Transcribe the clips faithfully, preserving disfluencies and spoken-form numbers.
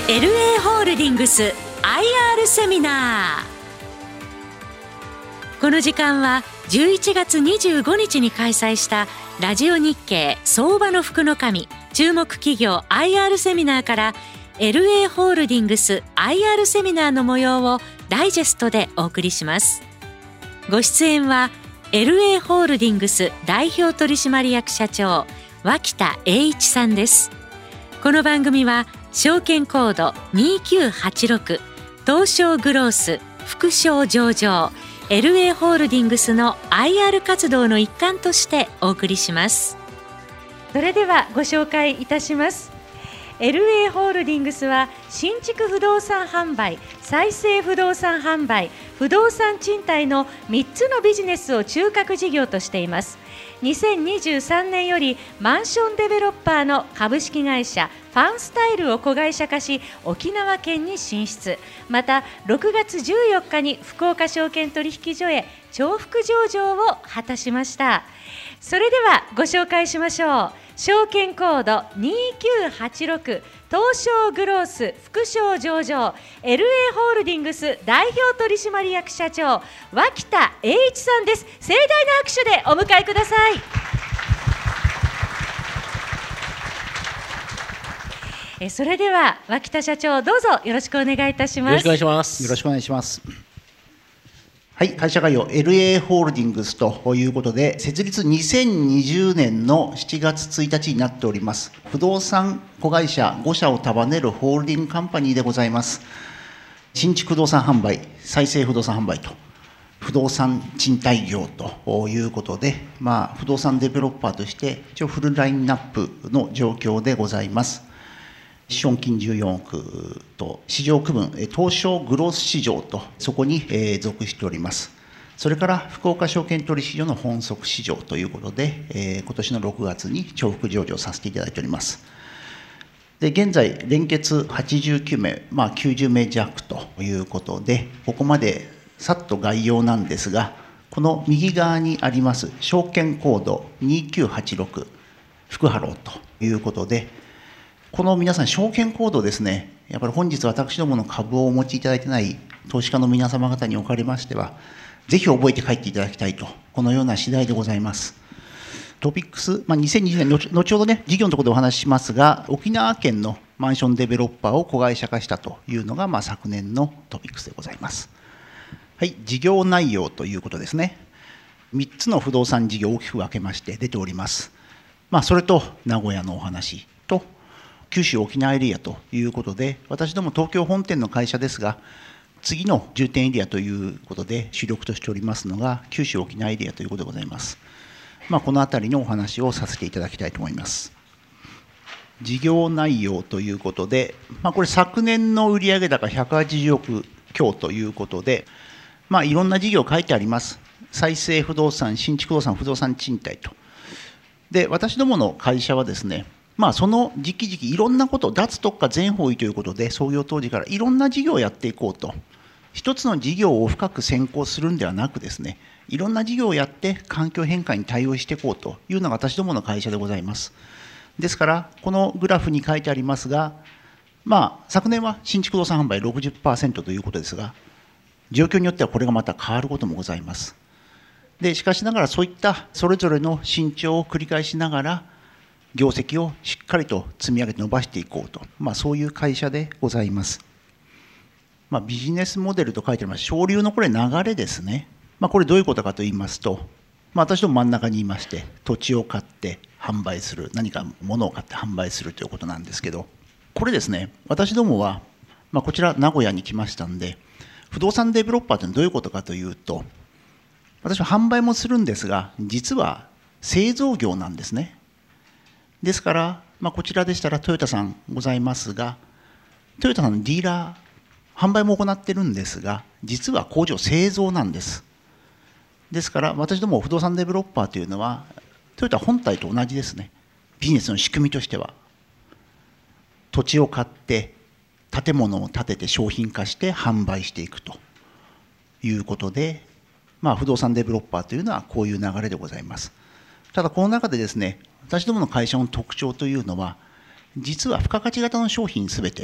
エルエー ホールディングス アイアール セミナー。この時間はじゅういちがつにじゅうごにちに開催したラジオ日経相場の福の神注目企業 アイアール セミナーから エルエー ホールディングス アイアール セミナーの模様をダイジェストでお送りします。ご出演は エルエー ホールディングス代表取締役社長脇田栄一さんです。この番組は証券コードにきゅうはちろく東証グロース副賞上場 エルエー ホールディングスの アイアール 活動の一環としてお送りします。それではご紹介いたします。 エルエー ホールディングスは新築不動産販売、再生不動産販売、不動産賃貸のみっつのビジネスを中核事業としています。にせんにじゅうさんねんよりマンションデベロッパーの株式会社ファンスタイルを子会社化し沖縄県に進出。またろくがつじゅうよっかに福岡証券取引所へ重複上場を果たしました。それではご紹介しましょう。証券コードにきゅうはちろく東証グロース副賞上場 エルエー ホールディングス代表取締役社長脇田栄一さんです。盛大な拍手でお迎えください。えそれでは脇田社長、どうぞよろしくお願いいたします。 よろしくお願いします。 よろしくお願いします。はい、会社概要 エルエー ホールディングスということで、設立にせんにじゅうねんのしちがつついたちになっております。不動産子会社ごしゃを束ねるホールディングカンパニーでございます。新築不動産販売、再生不動産販売と、不動産賃貸業ということで、まあ、不動産デベロッパーとして、一応フルラインナップの状況でございます。資本金じゅうよんおくと、市場区分、東証グロース市場と、そこに属しております。それから福岡証券取引所の本則市場ということで、えー、今年のろくがつに重複上場させていただいております。で、現在、連結はちじゅうきゅうめい、まあ、きゅうじゅうめい弱ということで、ここまでさっと概要なんですが、この右側にあります、証券コードにきゅうはちろく、福ハローということで、この皆さん、証券コードですね、やっぱり本日私どもの株をお持ちいただいてない投資家の皆様方におかれましては、ぜひ覚えて帰っていただきたいと、このような次第でございます。トピックス、まあ、にせんにじゅうねん、後後ほどね、事業のところでお話ししますが、沖縄県のマンションデベロッパーを子会社化したというのが、まあ、昨年のトピックスでございます。はい、事業内容ということですね。みっつの不動産事業を大きく分けまして出ております。まあ、それと名古屋のお話と、九州沖縄エリアということで、私ども東京本店の会社ですが、次の重点エリアということで主力としておりますのが、九州沖縄エリアということでございます。まあ、このあたりのお話をさせていただきたいと思います。事業内容ということで、まあ、これ昨年の売上高ひゃくはちじゅうおく強ということで、まあ、いろんな事業書いてあります。再生不動産、新築不動産、不動産賃貸と。で、私どもの会社はですね、まあ、その時期時期いろんなこと、脱特化全方位ということで、創業当時からいろんな事業をやっていこうと、一つの事業を深く先行するんではなくですね、いろんな事業をやって環境変化に対応していこうというのが私どもの会社でございます。ですから、このグラフに書いてありますが、まあ、昨年は新築不動産販売 ろくじゅっパーセント ということですが、状況によってはこれがまた変わることもございます。で、しかしながらそういったそれぞれの伸長を繰り返しながら、業績をしっかりと積み上げて伸ばしていこうと、まあ、そういう会社でございます。まあ、ビジネスモデルと書いてあります、省流のこれ流れですね。まあ、これどういうことかと言いますと、まあ、私ども真ん中にいまして、土地を買って販売する、何か物を買って販売するということなんですけど、これですね、私どもは、まあ、こちら名古屋に来ましたんで、不動産デベロッパーというのはどういうことかというと、私は販売もするんですが、実は製造業なんですね。ですから、まあ、こちらでしたらトヨタさんございますが、トヨタさんのディーラー、販売も行ってるんですが、実は工場製造なんです。ですから、私ども不動産デベロッパーというのは、トヨタ本体と同じですね。ビジネスの仕組みとしては、土地を買って、建物を建てて商品化して販売していくということで、まあ、不動産デベロッパーというのはこういう流れでございます。ただ、この中でですね、私どもの会社の特徴というのは、実は付加価値型の商品すべて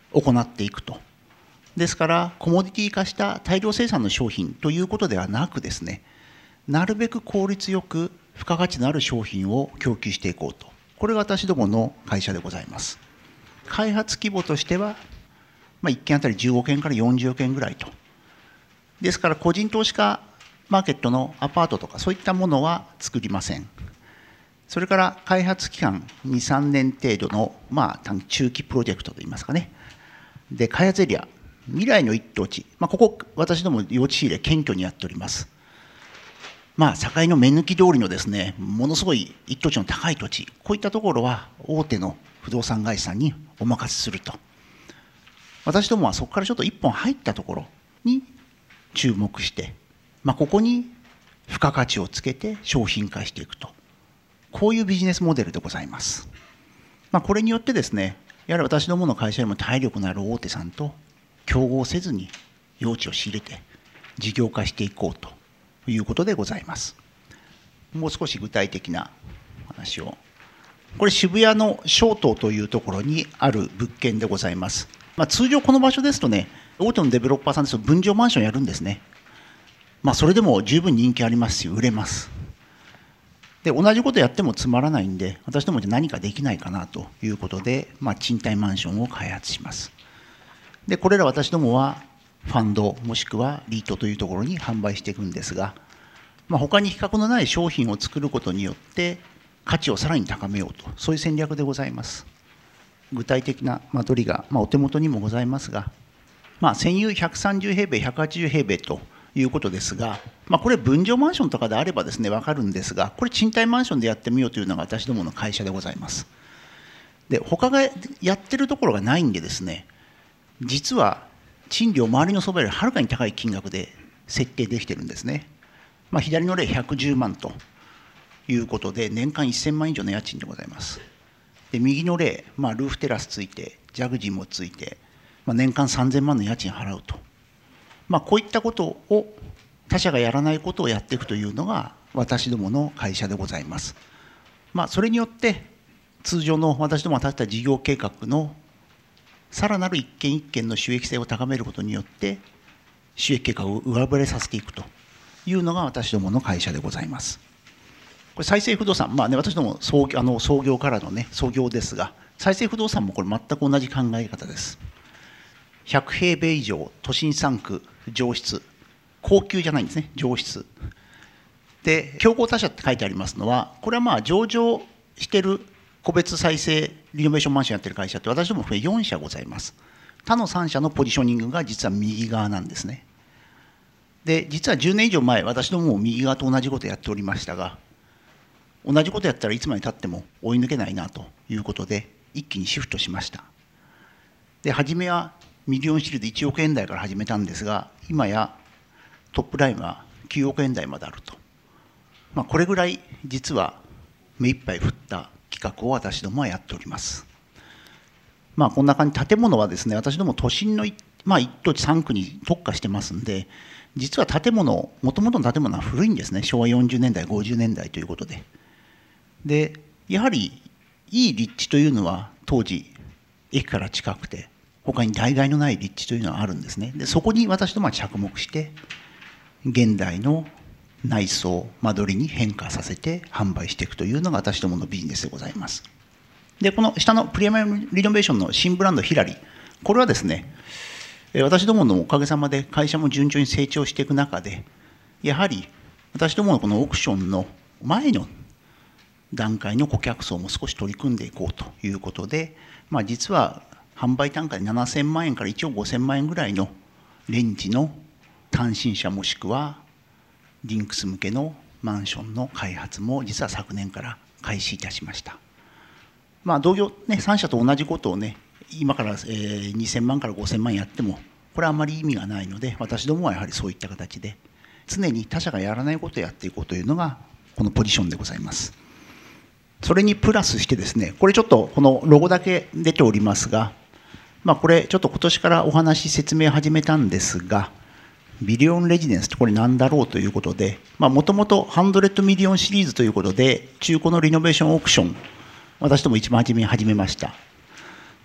行っていくと。ですからコモディティ化した大量生産の商品ということではなくですね、なるべく効率よく付加価値のある商品を供給していこうと。これが私どもの会社でございます。開発規模としては、まあ、いっけんあたりじゅうおけんからよんじゅうおけんぐらいと。ですから個人投資家マーケットのアパートとかそういったものは作りません。それから開発期間に、さんねん程度の、まあ、中期プロジェクトといいますかね。で、開発エリア、未来の一等地、まあ、ここ、私ども用地仕入れ、謙虚にやっております。まあ、境の目抜き通りのですね、ものすごい一等地の高い土地、こういったところは大手の不動産会社さんにお任せすると。私どもはそこからちょっと一本入ったところに注目して、まあ、ここに付加価値をつけて商品化していくと。こういうビジネスモデルでございます。まあ、これによってですね、やはり私どもの会社よりも体力のある大手さんと競合せずに用地を仕入れて事業化していこうということでございます。もう少し具体的な話を。これ渋谷の松濤というところにある物件でございます。まあ、通常この場所ですとね、大手のデベロッパーさんですと分譲マンションやるんですね。まあ、それでも十分人気ありますし売れます。で、同じことやってもつまらないんで、私どもで何かできないかなということで、まあ、賃貸マンションを開発します。で、これら私どもはファンドもしくはリートというところに販売していくんですが、まあ、他に比較のない商品を作ることによって価値をさらに高めようと、そういう戦略でございます。具体的な間取りが、まあ、お手元にもございますが、まあ、占有ひゃくさんじゅうへいべい、ひゃくはちじゅうへいべいということですが、まあ、これ分譲マンションとかであればですね、分かるんですが、これ賃貸マンションでやってみようというのが私どもの会社でございます。で、他がやってるところがないんでですね、実は賃料周りの相場よりはるかに高い金額で設定できてるんですね。まあ、左の例ひゃくじゅうまんということで年間せんまん以上の家賃でございます。で、右の例、まあ、ルーフテラスついてジャグジーもついて、まあ、年間さんぜんまんの家賃払うと、まあ、こういったことを他社がやらないことをやっていくというのが私どもの会社でございます。まあ、それによって通常の私どもが立てた事業計画のさらなる一件一件の収益性を高めることによって収益結果を上振れさせていくというのが私どもの会社でございます。これ再生不動産、まあね、私ども創業あの創業からの、ね、創業ですが、再生不動産もこれ全く同じ考え方です。ひゃくへいべい以上、都心さん区、上質、高級じゃないんですね、上質。で、競合他社って書いてありますのは、これはまあ上場している個別再生リノベーションマンションやってる会社って私ども含めよんしゃございます。他のさんしゃのポジショニングが実は右側なんですね。で、実はじゅうねん以上前、私どもも右側と同じことをやっておりましたが、同じことやったらいつまでたっても追い抜けないなということで、一気にシフトしました。で、初めはミリオンシリーズいちおくえん台から始めたんですが、今やトップラインはきゅうおくえん台まであると。まあ、これぐらい実は目いっぱい振った企画を私どもはやっております。まあ、こんな感じ、建物はですね、私ども都心の、まあ、一等地さんくに特化してますんで、実は建物、もともとの建物は古いんですね、しょうわよんじゅうねんだい、ごじゅうねんだいということで。で、やはりいい立地というのは、当時、駅から近くて、他に代替のない立地というのはあるんですね。で、そこに私どもは着目して、現代の内装、間取りに変化させて販売していくというのが私どものビジネスでございます。で、この下のプレミアムリノベーションの新ブランドヒラリ、これはですね、私どものおかげさまで会社も順調に成長していく中で、やはり私どものこのオークションの前の段階の顧客層も少し取り組んでいこうということで、まあ、実は販売単価でななせんまんえんからいちおくごせんまんえんぐらいのレンジの単身者もしくはリンクス向けのマンションの開発も実は昨年から開始いたしました。まあ、同業、ね、さんしゃと同じことをね、今から、えー、にせんまんからごせんまんやっても、これはあまり意味がないので、私どもはやはりそういった形で、常に他社がやらないことをやっていこうというのが、このポジションでございます。それにプラスしてですね、これちょっとこのロゴだけ出ておりますが、まあ、これちょっと今年からお話、説明始めたんですが、ビリオンレジデンスってこれ何だろうということで、もともとひゃくミリオンシリーズということで、中古のリノベーションオークション、私ども一番初めに始めました。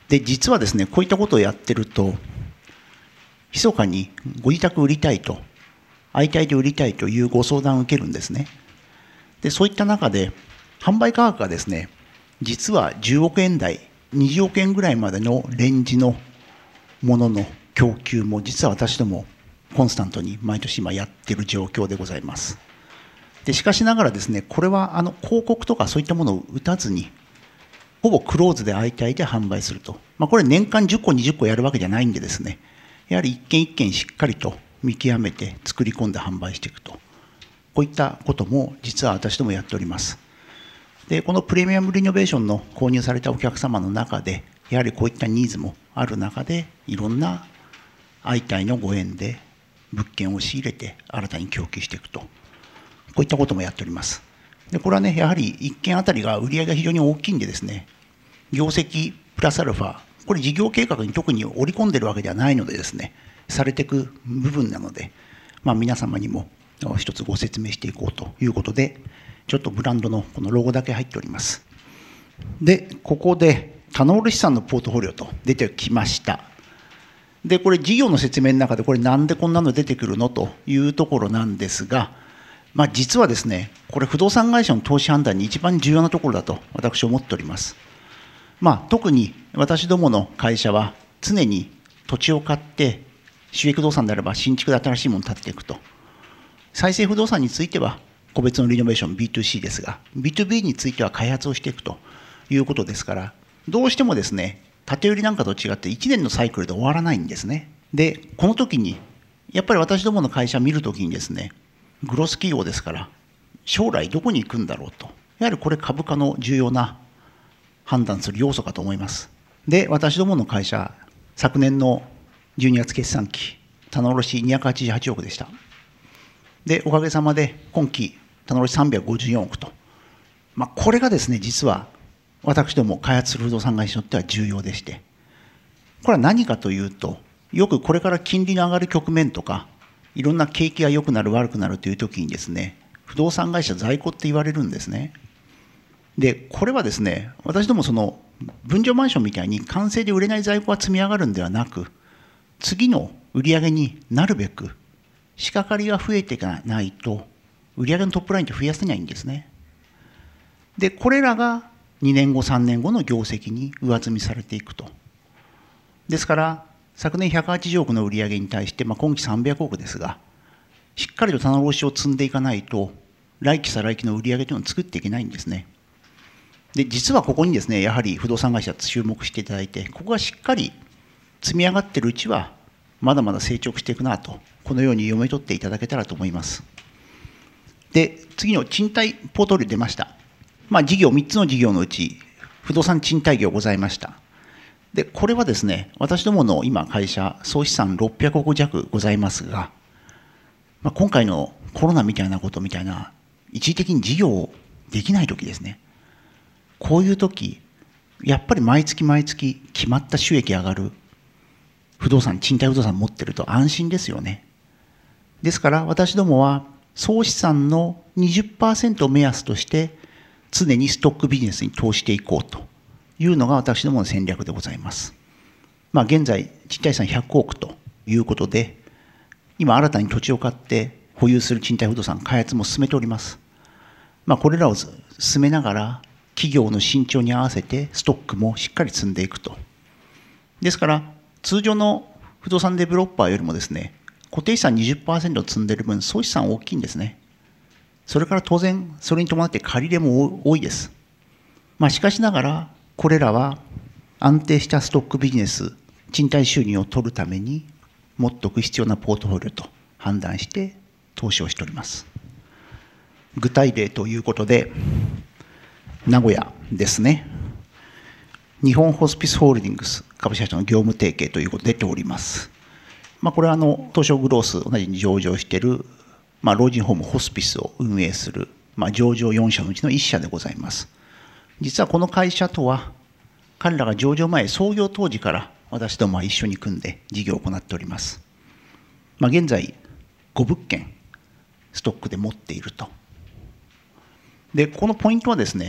で、実はですね、こういったことをやってると、密かにご自宅売りたいと、相対で売りたいというご相談を受けるんですね。で、そういった中で、販売価格がですね、実はじゅうおくえん台、にじゅうおくえんぐらいまでのレンジのものの供給も、実は私ども、コンスタントに毎年今やっている状況でございます。で、しかしながらですね、これはあの広告とかそういったものを打たずに、ほぼクローズで相対で販売すると。まあ、これ年間じゅっこ、にじゅっこやるわけじゃないんでですね、やはり一件一件しっかりと見極めて作り込んで販売していくと。こういったことも実は私どもやっております。で、このプレミアムリノベーションの購入されたお客様の中で、やはりこういったニーズもある中で、いろんな相対のご縁で物件を仕入れて新たに供給していくと。こういったこともやっております。で、これはね、やはりいっけんあたりが売り上げが非常に大きいんでですね、業績プラスアルファ、これ事業計画に特に織り込んでるわけではないのでですね、されていく部分なので、まあ、皆様にも一つご説明していこうということで、ちょっとブランドのこのロゴだけ入っております。で、ここで棚卸資産のポートフォリオと出てきました。で、これ事業の説明の中で、これなんでこんなの出てくるのというところなんですが、まあ、実はですね、これ不動産会社の投資判断に一番重要なところだと私は思っております。まあ、特に私どもの会社は常に土地を買って収益不動産であれば新築で新しいものを建てていくと。再生不動産については個別のリノベーション ビーツーシー ですが、ビーツービー については開発をしていくということですから、どうしてもですね、建売りなんかと違っていちねんのサイクルで終わらないんですね。で、この時にやっぱり私どもの会社を見るときにですね、グロス企業ですから将来どこに行くんだろうと、やはりこれ株価の重要な判断する要素かと思います。で、私どもの会社、昨年のじゅうにがつ決算期、棚卸にひゃくはちじゅうはちおくでした。で、おかげさまで今期、棚卸さんびゃくごじゅうよんおくと。まあ、これがですね、実は私ども開発する不動産会社にとっては重要でして、これは何かというと、よくこれから金利の上がる局面とか、いろんな景気が良くなる悪くなるというときにですね、不動産会社在庫って言われるんですね。で、これはですね、私どもその分譲マンションみたいに完成で売れない在庫が積み上がるんではなく、次の売り上げになるべく仕掛かりが増えていかないと、売り上げのトップラインって増やせないんですね。で、これらがにねんご、さんねんごの業績に上積みされていくと。ですから、昨年ひゃくはちじゅうおくの売り上げに対して、まあ、今期さんびゃくおくですが、しっかりと棚卸しを積んでいかないと、来期再来期の売り上げというのを作っていけないんですね。で、実はここにですね、やはり不動産会社注目していただいて、ここがしっかり積み上がっているうちは、まだまだ成長していくなと、このように読み取っていただけたらと思います。で、次の賃貸ポートフォリオ出ました。まあ、事業、みっつの事業のうち、不動産賃貸業ございました。で、これはですね、私どもの今、会社、総資産ろっぴゃくおく弱ございますが、まあ、今回のコロナみたいなことみたいな、一時的に事業できないときですね、こういうとき、やっぱり毎月毎月決まった収益上がる不動産、賃貸不動産持ってると安心ですよね。ですから私どもは総資産の にじゅっパーセント を目安として常にストックビジネスに投資していこうというのが私どもの戦略でございます。まあ、現在、賃貸資産ひゃくおくということで、今新たに土地を買って保有する賃貸不動産開発も進めております。まあ、これらを進めながら企業の伸長に合わせてストックもしっかり積んでいくと。ですから通常の不動産デベロッパーよりもですね、固定資産 にじゅっパーセント 積んでいる分、総資産大きいんですね。それから当然それに伴って借り入れも多いです。まあ、しかしながらこれらは安定したストックビジネス、賃貸収入を取るために持っておく必要なポートフォリオと判断して投資をしております。具体例ということで、名古屋ですね。日本ホスピスホールディングス株式会社の業務提携ということで出ております。まあ、これはあの東証グロース同じに上場している、まあ、老人ホームホスピスを運営する、まあ、上場よん社のうちのいっ社でございます。実はこの会社とは彼らが上場前、創業当時から私どもは一緒に組んで事業を行っております。まあ、現在ごぶっけんストックで持っていると。で、このポイントはですね、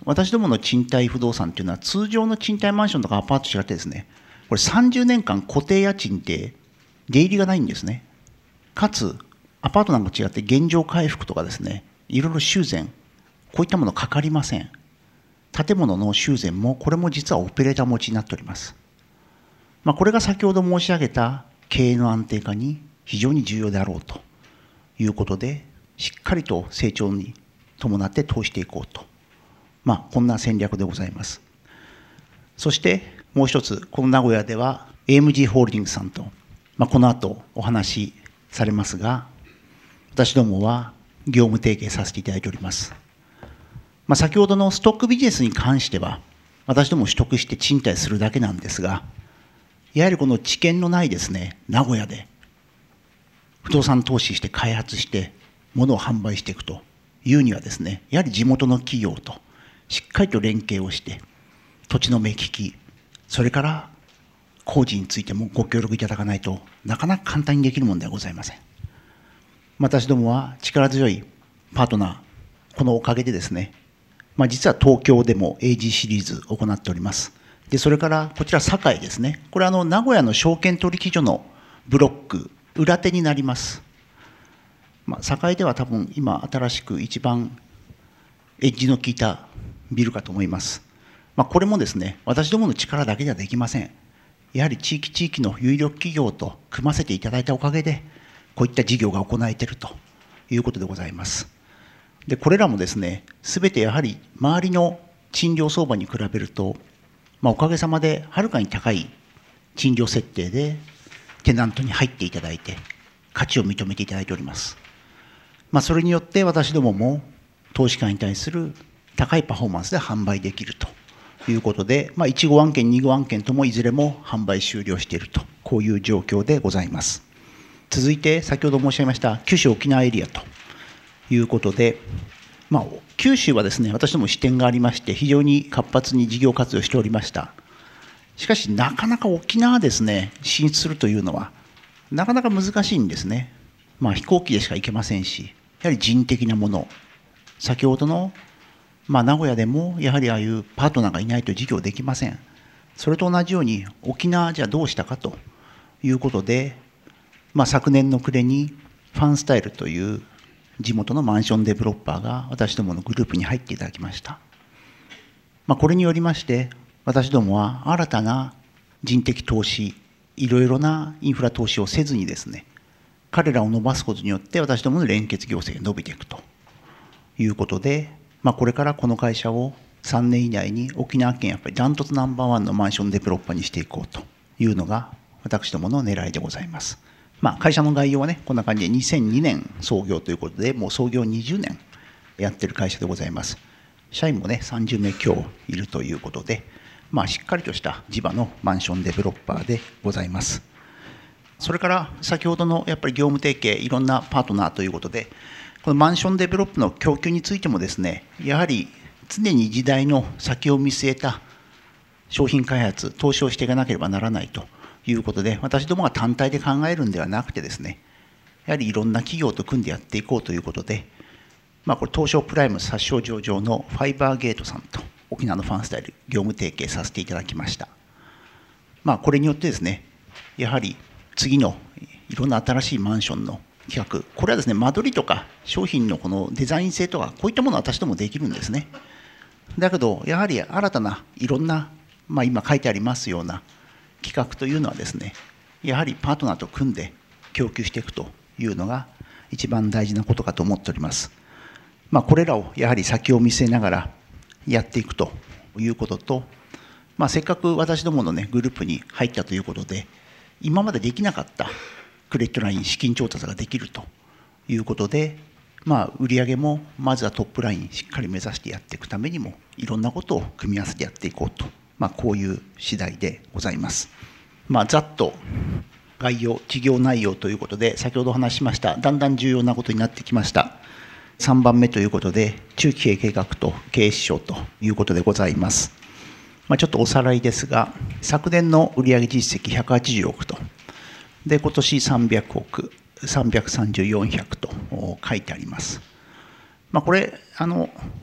私どもの賃貸不動産というのは、通常の賃貸マンションとかアパートと違ってですね、これさんじゅうねんかん固定家賃って出入りがないんですね。かつ、アパートなんかと違って原状回復とかですね、いろいろ修繕、こういったものかかりません。建物の修繕も、これも実はオペレーター持ちになっております。まあ、これが先ほど申し上げた経営の安定化に非常に重要であろうということで、しっかりと成長に伴って投資していこうと、まあ、こんな戦略でございます。そしてもう一つ、この名古屋では エーエムジー ホールディングスさんと、まあ、この後お話しされますが、私どもは業務提携させていただいております。まあ、先ほどのストックビジネスに関しては、私ども取得して賃貸するだけなんですが、やはりこの知見のないですね、名古屋で不動産投資して開発して物を販売していくというにはですね、やはり地元の企業としっかりと連携をして、土地の目利き、それから工事についてもご協力いただかないとなかなか簡単にできるものではございません。私どもは力強いパートナー、このおかげでですね、まあ、実は東京でも エージー シリーズを行っております。で、それからこちら堺ですね。これはあの名古屋の証券取引所のブロック、裏手になります。まあ、堺では多分今新しく一番エッジの効いたビルかと思います。まあ、これもですね、私どもの力だけではできません。やはり地域地域の有力企業と組ませていただいたおかげで、こういった事業が行えているということでございます。で、これらもですね、すべてやはり周りの賃料相場に比べると、まあ、おかげさまではるかに高い賃料設定でテナントに入っていただいて、価値を認めていただいております。まあ、それによって私どもも投資家に対する高いパフォーマンスで販売できるということで、まあ、いち号案件、に号案件ともいずれも販売終了していると、こういう状況でございます。続いて、先ほど申し上げました九州沖縄エリアということで、まあ、九州はですね、私ども支店がありまして、非常に活発に事業活動しておりました。しかし、なかなか沖縄ですね、進出するというのは、なかなか難しいんですね。まあ、飛行機でしか行けませんし、やはり人的なもの、先ほどの、まあ、名古屋でも、やはりああいうパートナーがいないと事業できません。それと同じように、沖縄じゃどうしたかということで、まあ、昨年の暮れに、ファンスタイルという地元のマンションデベロッパーが私どものグループに入っていただきました。まあ、これによりまして、私どもは新たな人的投資、いろいろなインフラ投資をせずにですね、彼らを伸ばすことによって私どもの連結業績が伸びていくということで、まあ、これからこの会社をさんねん以内に沖縄県やっぱりダントツナンバーワンのマンションデベロッパーにしていこうというのが私どもの狙いでございます。まあ、会社の概要はね、こんな感じでにせんにねん創業ということで、もう創業にじゅうねんやってる会社でございます。社員もね、さんじゅうめい強いるということで、まあ、しっかりとした地場のマンションデベロッパーでございます。それから先ほどのやっぱり業務提携、いろんなパートナーということで、このマンションデベロップの供給についてもですね、やはり常に時代の先を見据えた商品開発、投資をしていかなければならないということで、私どもが単体で考えるんではなくてですね、やはりいろんな企業と組んでやっていこうということで、まあ、これ東証プライム殺傷上場のファイバーゲートさんと沖縄のファンスタイル業務提携させていただきました。まあ、これによってですね、やはり次のいろんな新しいマンションの企画、これはですね、間取りとか商品のこのデザイン性とか、こういったものは私どもできるんですね。だけど、やはり新たないろんな、まあ、今書いてありますような企画というのはですね、やはりパートナーと組んで供給していくというのが一番大事なことかと思っております。まあ、これらをやはり先を見据えながらやっていくということと、まあ、せっかく私どもの、ね、グループに入ったということで、今までできなかったクレジットライン、資金調達ができるということで、まあ、売上もまずはトップラインしっかり目指してやっていくためにも、いろんなことを組み合わせてやっていこうと、まあ、こういう次第でございます。まあ、ざっと概要、事業内容ということで、先ほどお話ししました、だんだん重要なことになってきました。さんばんめということで、中期経営計画と経営指標ということでございます。まあ、ちょっとおさらいですが、昨年の売上実績ひゃくはちじゅうおくと、で今年さんびゃくおく、さんびゃくさんじゅう、よんひゃくと書いてあります。まあ、これあの、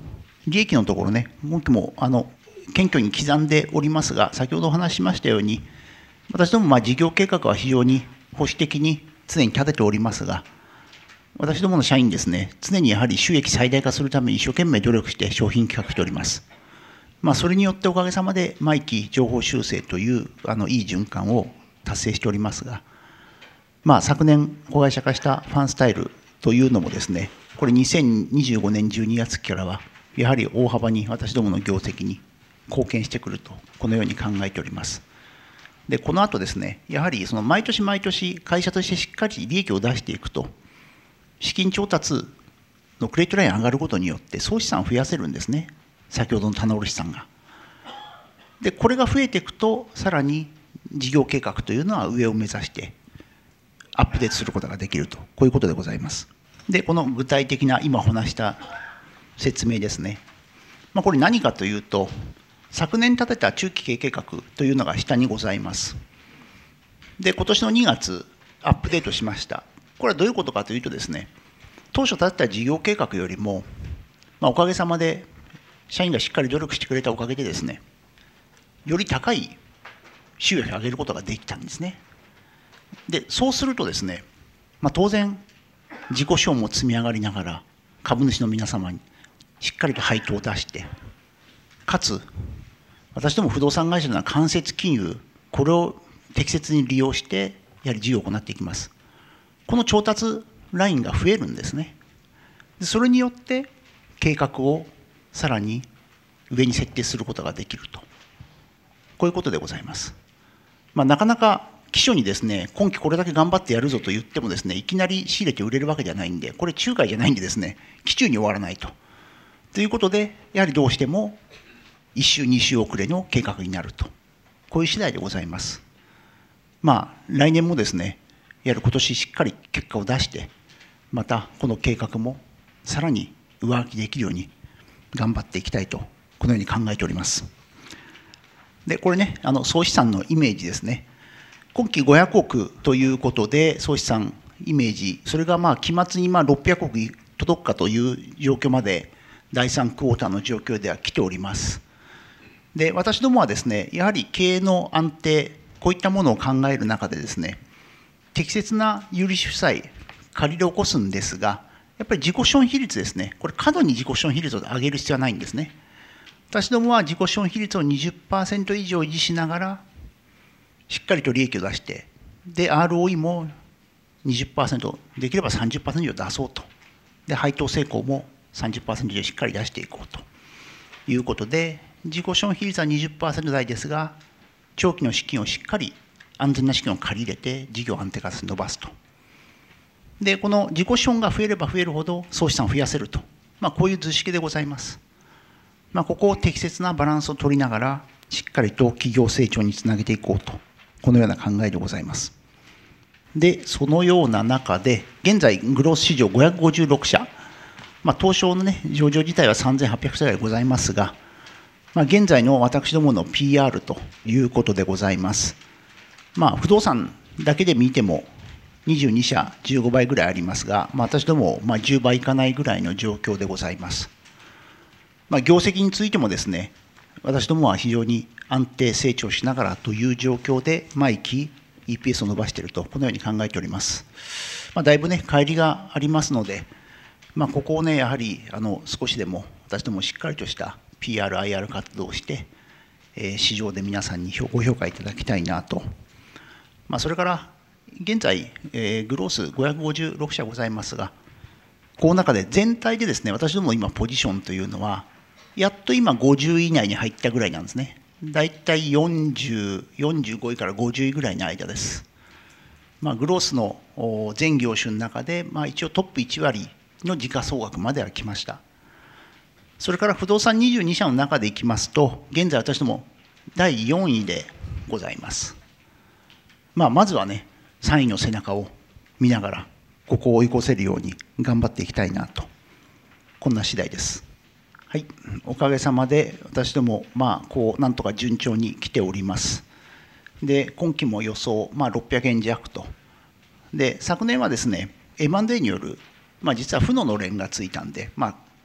利益のところね、今期もあの謙虚に刻んでおりますが、先ほどお話ししましたように、私どもまあ事業計画は非常に保守的に常に立てておりますが、私どもの社員ですね、常にやはり収益最大化するために一生懸命努力して商品企画しております。まあ、それによっておかげさまで毎期情報修正というあのいい循環を達成しておりますが、まあ、昨年子会社化したファンスタイルというのもですね、これにせんにじゅうごねんじゅうにがつ期からはやはり大幅に私どもの業績に貢献してくると、このように考えております。で、この後ですね、やはりその毎年毎年会社としてしっかり利益を出していくと、資金調達のクレジットライン上がることによって総資産を増やせるんですね。先ほどの棚卸資産が。で、これが増えていくと、さらに事業計画というのは上を目指してアップデートすることができると、こういうことでございます。で、この具体的な今お話した説明ですね。まあ、これ何かというと、昨年立てた中期経営計画というのが下にございます。で、今年のにがつアップデートしました。これはどういうことかというとですね、当初立てた事業計画よりも、まあ、おかげさまで社員がしっかり努力してくれたおかげでですね、より高い収益を上げることができたんですね。で、そうするとですね、まあ、当然自己資本も積み上がりながら株主の皆様にしっかりと配当を出して、かつ私ども不動産会社の間接金融、これを適切に利用してやはり事業を行っていきます。この調達ラインが増えるんですね。それによって計画をさらに上に設定することができると、こういうことでございます。まあ、なかなか期初にですね、今期これだけ頑張ってやるぞと言ってもですね、いきなり仕入れて売れるわけじゃないんで、これ仲介じゃないんでですね、期中に終わらないと。ということで、やはりどうしてもいっ週に週遅れの計画になると、こういう次第でございます。まあ、来年もですね、やはり今年しっかり結果を出して、またこの計画もさらに上書きできるように頑張っていきたいと、このように考えております。で、これね、あの総資産のイメージですね。今期ごひゃくおくということで、総資産イメージ、それがまあ期末にまあろっぴゃくおく届くかという状況まで、だいさんクォーターの状況では来ております。で、私どもはですね、やはり経営の安定、こういったものを考える中でですね、適切な有利子負債、借り入れを起こすんですが、やっぱり自己資本比率ですね、これ、過度に自己資本比率を上げる必要はないんですね。私どもは自己資本比率を にじゅっパーセント 以上維持しながら、しっかりと利益を出して、で、アールオーイー も にじゅっパーセント、できれば さんじゅっパーセント 以上出そうと。で、配当成功も さんじゅっパーセント 以上しっかり出していこうということで、自己資本比率は にじゅっパーセント 台ですが、長期の資金をしっかり、安全な資金を借り入れて、事業を安定化させ伸ばすと。で、この自己資本が増えれば増えるほど、総資産を増やせると、まあ、こういう図式でございます。まあ、ここを適切なバランスを取りながら、しっかりと企業成長につなげていこうと、このような考えでございます。で、そのような中で、現在、グロース市場ごひゃくごじゅうろくしゃ、まあ、東証の、ね、上場自体はさんぜんはっぴゃくしゃぐらいございますが、まあ、現在の私どもの ピーアール ということでございます。まあ、不動産だけで見ても、にじゅうにしゃ、じゅうごばいぐらいありますが、まあ、私どもまあじゅうばいいかないぐらいの状況でございます。まあ、業績についてもですね、私どもは非常に安定成長しながらという状況で、毎期 イーピーエス を伸ばしていると、このように考えております。まあ、だいぶね、乖離がありますので、まあ、ここをね、やはりあの少しでも私どもしっかりとした ピーアール、アイアール 活動をして、えー、市場で皆さんにご評価いただきたいなと。まあ、それから現在、えー、グロースごひゃくごじゅうろくしゃございますが、この中で全体でですね、私ども今ポジションというのは、やっと今ごじゅうい以内に入ったぐらいなんですね。だいたいよんじゅう、よんじゅうごいからごじゅういぐらいの間です。まあ、グロースの全業種の中で、まあ、一応トップいちわりの時価総額までは来ました。それから不動産にじゅうにしゃの中でいきますと、現在私どもだいよんいでございます。まあ、まずはね、さんいの背中を見ながら、ここを追い越せるように頑張っていきたいなと、こんな次第です。はい、おかげさまで私ども、まあ、こうなんとか順調に来ております。で、今期も予想、まあ、ろっぴゃくえん弱と。で、昨年はですね、エムアンドエー による、まあ、実は負ののれんがついたんで、まあ、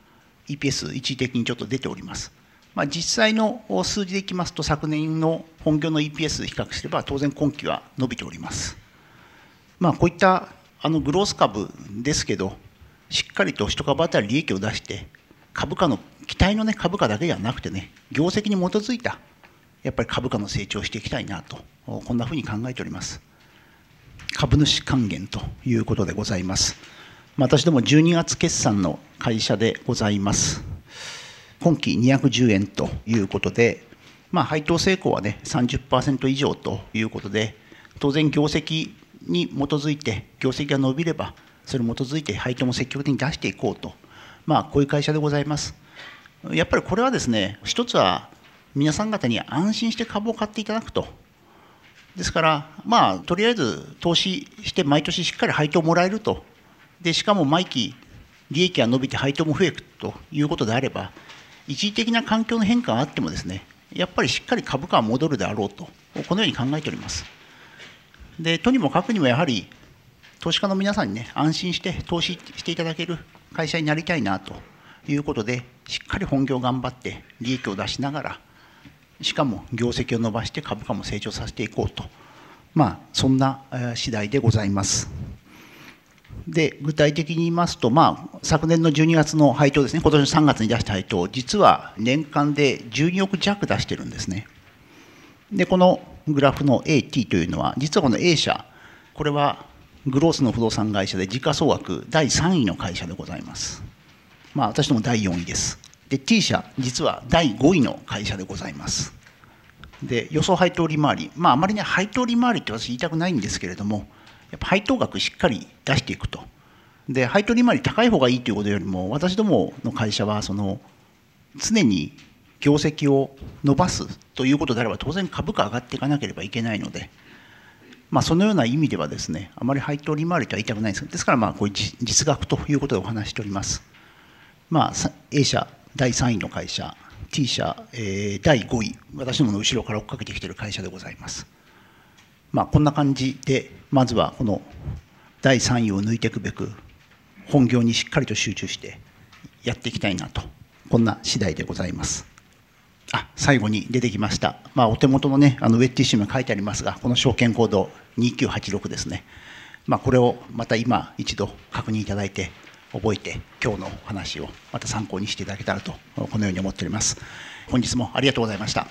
イーピーエス 一時的にちょっと出ております。まあ、実際の数字でいきますと、昨年の本業の イーピーエス 比較すれば、当然今期は伸びております。まあ、こういったあのグロース株ですけど、しっかりと一株当たり利益を出して、株価の期待の、ね、株価だけではなくてね、業績に基づいたやっぱり株価の成長をしていきたいなと、こんなふうに考えております。株主還元ということでございます。私どもじゅうにがつ決算の会社でございます。今期にひゃくじゅうえんということで、まあ、配当成功はね さんじゅっパーセント 以上ということで、当然業績に基づいて、業績が伸びればそれに基づいて配当も積極的に出していこうと、まあ、こういう会社でございます。やっぱりこれはですね、一つは皆さん方に安心して株を買っていただくと。ですから、まあ、とりあえず投資して毎年しっかり配当をもらえると。でしかも毎期利益が伸びて配当も増えるということであれば、一時的な環境の変化があってもですね、やっぱりしっかり株価は戻るであろうと、このように考えております。で、とにもかくにもやはり投資家の皆さんにね、安心して投資していただける会社になりたいなということで、しっかり本業を頑張って利益を出しながら、しかも業績を伸ばして株価も成長させていこうと、まあ、そんな次第でございます。で、具体的に言いますと、まあ、昨年のじゅうにがつの配当ですね、今年のさんがつに出した配当、実は年間でじゅうにおく弱出してるんですね。で、このグラフの エーティー というのは、実はこの A 社、これはグロースの不動産会社で時価総額だいさんいの会社でございます。まあ、私どもだいよんいです。で、T 社、実はだいごいの会社でございます。で、予想配当利回り、まあ、あまりね、配当利回りって私言いたくないんですけれども、やっぱ配当額しっかり出していくと。で、配当利回り高い方がいいということよりも、私どもの会社はその常に業績を伸ばすということであれば、当然株価上がっていかなければいけないので、まあ、そのような意味ではですね、あまり配当利回りとは言いたくないんです。ですから、まあ、こういう実額ということでお話しております。まあ、A 社だいさんいの会社、T 社、えー、だいごい、私どもの後ろから追っかけてきている会社でございます。まあ、こんな感じで、まずはこのだいさんいを抜いていくべく、本業にしっかりと集中してやっていきたいなと、こんな次第でございます。あ、最後に出てきました。まあ、お手元のね、あのウェッティッシュにも書いてありますが、この証券コードにきゅうはちろくですね。まあ、これをまた今一度確認いただいて、覚えて、今日のお話をまた参考にしていただけたらと、このように思っております。本日もありがとうございました。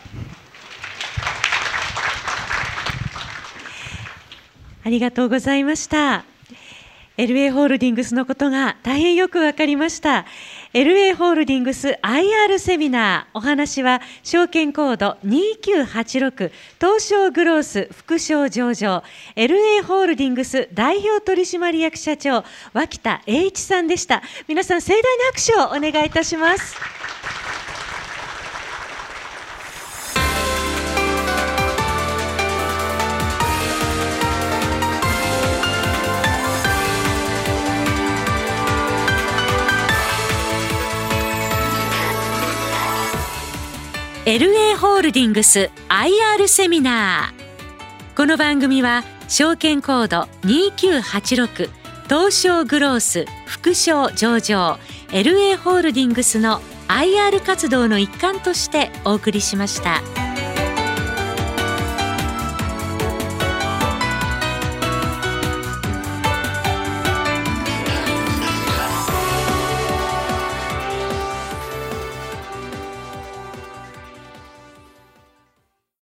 ありがとうございました。エルエー ホールディングスのことが大変よく分かりました。エルエー ホールディングス アイアール セミナー、お話は証券コードにきゅうはちろく東証グロース副賞上場 エルエー ホールディングス代表取締役社長脇田栄一さんでした。皆さん盛大な拍手をお願いいたします。エルエー ホールディングス アイアール セミナー。この番組は証券コードにきゅうはちろく東証グロース副賞上場 エルエー ホールディングスの アイアール 活動の一環としてお送りしました。